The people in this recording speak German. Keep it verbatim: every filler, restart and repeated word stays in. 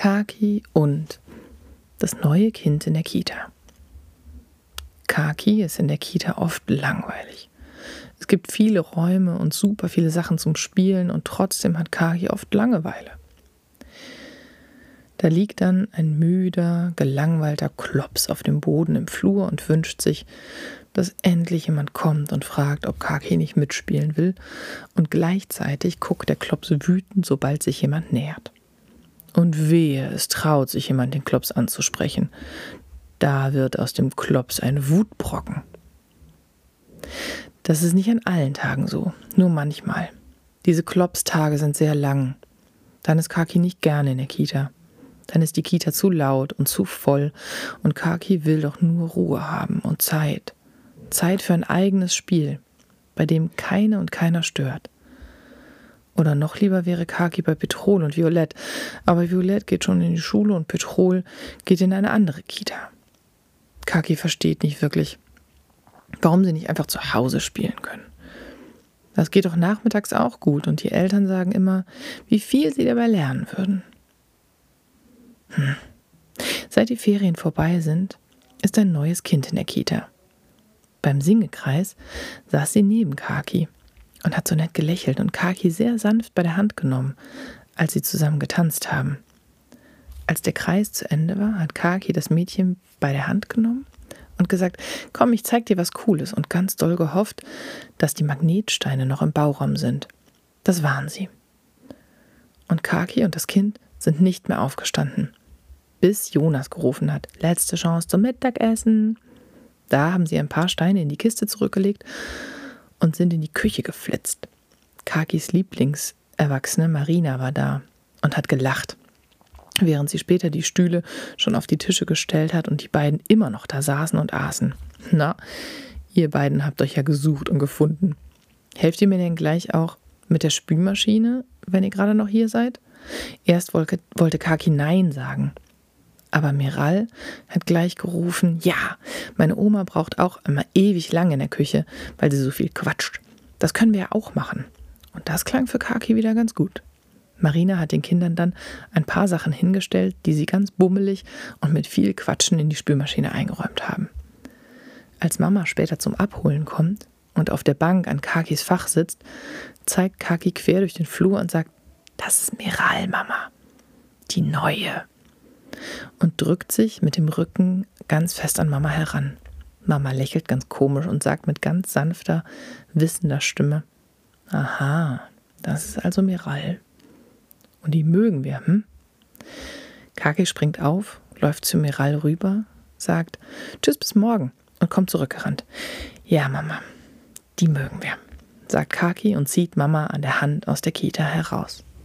Kaki und das neue Kind in der Kita. Kaki ist in der Kita oft langweilig. Es gibt viele Räume und super viele Sachen zum Spielen und trotzdem hat Kaki oft Langeweile. Da liegt dann ein müder, gelangweilter Klops auf dem Boden im Flur und wünscht sich, dass endlich jemand kommt und fragt, ob Kaki nicht mitspielen will, und gleichzeitig guckt der Klops wütend, sobald sich jemand nähert. Und wehe, es traut sich jemand, den Klops anzusprechen. Da wird aus dem Klops ein Wutbrocken. Das ist nicht an allen Tagen so, nur manchmal. Diese Klops-Tage sind sehr lang. Dann ist Kaki nicht gerne in der Kita. Dann ist die Kita zu laut und zu voll und Kaki will doch nur Ruhe haben und Zeit. Zeit für ein eigenes Spiel, bei dem keine und keiner stört. Oder noch lieber wäre Kaki bei Petrol und Violett, aber Violett geht schon in die Schule und Petrol geht in eine andere Kita. Kaki versteht nicht wirklich, warum sie nicht einfach zu Hause spielen können. Das geht doch nachmittags auch gut und die Eltern sagen immer, wie viel sie dabei lernen würden. Hm. Seit die Ferien vorbei sind, ist ein neues Kind in der Kita. Beim Singekreis saß sie neben Kaki und hat so nett gelächelt und Kaki sehr sanft bei der Hand genommen, als sie zusammen getanzt haben. Als der Kreis zu Ende war, hat Kaki das Mädchen bei der Hand genommen und gesagt, komm, ich zeig dir was Cooles, und ganz doll gehofft, dass die Magnetsteine noch im Bauraum sind. Das waren sie. Und Kaki und das Kind sind nicht mehr aufgestanden, bis Jonas gerufen hat, letzte Chance zum Mittagessen. Da haben sie ein paar Steine in die Kiste zurückgelegt und sind in die Küche geflitzt. Kakis Lieblingserwachsene Marina war da und hat gelacht, während sie später die Stühle schon auf die Tische gestellt hat und die beiden immer noch da saßen und aßen. Na, ihr beiden habt euch ja gesucht und gefunden. Helft ihr mir denn gleich auch mit der Spülmaschine, wenn ihr gerade noch hier seid? Erst wollte, wollte Kaki Nein sagen, aber Miral hat gleich gerufen, ja, meine Oma braucht auch immer ewig lang in der Küche, weil sie so viel quatscht. Das können wir ja auch machen. Und das klang für Kaki wieder ganz gut. Marina hat den Kindern dann ein paar Sachen hingestellt, die sie ganz bummelig und mit viel Quatschen in die Spülmaschine eingeräumt haben. Als Mama später zum Abholen kommt und auf der Bank an Kakis Fach sitzt, zeigt Kaki quer durch den Flur und sagt, das ist Miral, Mama, die neue. Und drückt sich mit dem Rücken ganz fest an Mama heran. Mama lächelt ganz komisch und sagt mit ganz sanfter, wissender Stimme, aha, das ist also Miral. Und die mögen wir, hm? Kaki springt auf, läuft zu Miral rüber, sagt, tschüss, bis morgen und kommt zurückgerannt. Ja, Mama, die mögen wir, sagt Kaki und zieht Mama an der Hand aus der Kita heraus.